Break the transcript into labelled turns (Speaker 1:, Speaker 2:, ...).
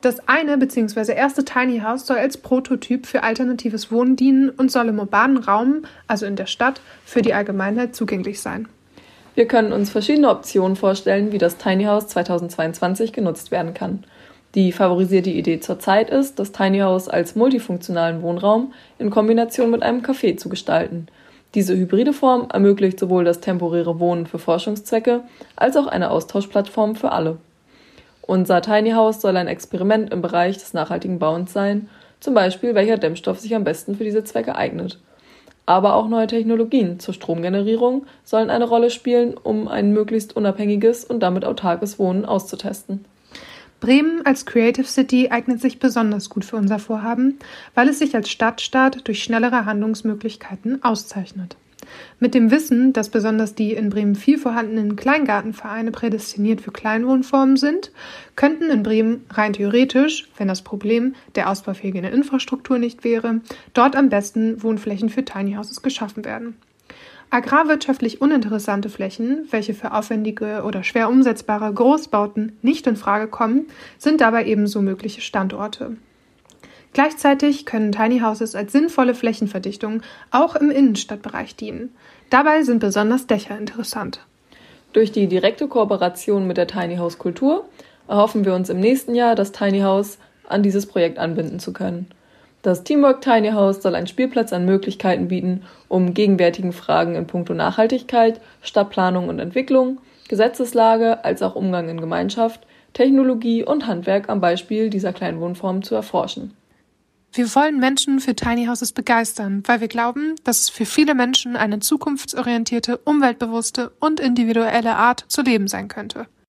Speaker 1: Das eine bzw. erste Tiny House soll als Prototyp für alternatives Wohnen dienen und soll im urbanen Raum, also in der Stadt, für die Allgemeinheit zugänglich sein.
Speaker 2: Wir können uns verschiedene Optionen vorstellen, wie das Tiny House 2022 genutzt werden kann. Die favorisierte Idee zurzeit ist, das Tiny House als multifunktionalen Wohnraum in Kombination mit einem Café zu gestalten. Diese hybride Form ermöglicht sowohl das temporäre Wohnen für Forschungszwecke als auch eine Austauschplattform für alle. Unser Tiny House soll ein Experiment im Bereich des nachhaltigen Bauens sein, zum Beispiel welcher Dämmstoff sich am besten für diese Zwecke eignet. Aber auch neue Technologien zur Stromgenerierung sollen eine Rolle spielen, um ein möglichst unabhängiges und damit autarkes Wohnen auszutesten.
Speaker 1: Bremen als Creative City eignet sich besonders gut für unser Vorhaben, weil es sich als Stadtstaat durch schnellere Handlungsmöglichkeiten auszeichnet. Mit dem Wissen, dass besonders die in Bremen viel vorhandenen Kleingartenvereine prädestiniert für Kleinwohnformen sind, könnten in Bremen rein theoretisch, wenn das Problem der ausbaufähigen Infrastruktur nicht wäre, dort am besten Wohnflächen für Tiny Houses geschaffen werden. Agrarwirtschaftlich uninteressante Flächen, welche für aufwendige oder schwer umsetzbare Großbauten nicht in Frage kommen, sind dabei ebenso mögliche Standorte. Gleichzeitig können Tiny Houses als sinnvolle Flächenverdichtung auch im Innenstadtbereich dienen. Dabei sind besonders Dächer interessant.
Speaker 2: Durch die direkte Kooperation mit der Tiny House Kultur erhoffen wir uns im nächsten Jahr, das Tiny House an dieses Projekt anbinden zu können. Das Teamwork Tiny House soll einen Spielplatz an Möglichkeiten bieten, um gegenwärtigen Fragen in puncto Nachhaltigkeit, Stadtplanung und Entwicklung, Gesetzeslage als auch Umgang in Gemeinschaft, Technologie und Handwerk am Beispiel dieser Kleinwohnform zu erforschen.
Speaker 1: Wir wollen Menschen für Tiny Houses begeistern, weil wir glauben, dass es für viele Menschen eine zukunftsorientierte, umweltbewusste und individuelle Art zu leben sein könnte.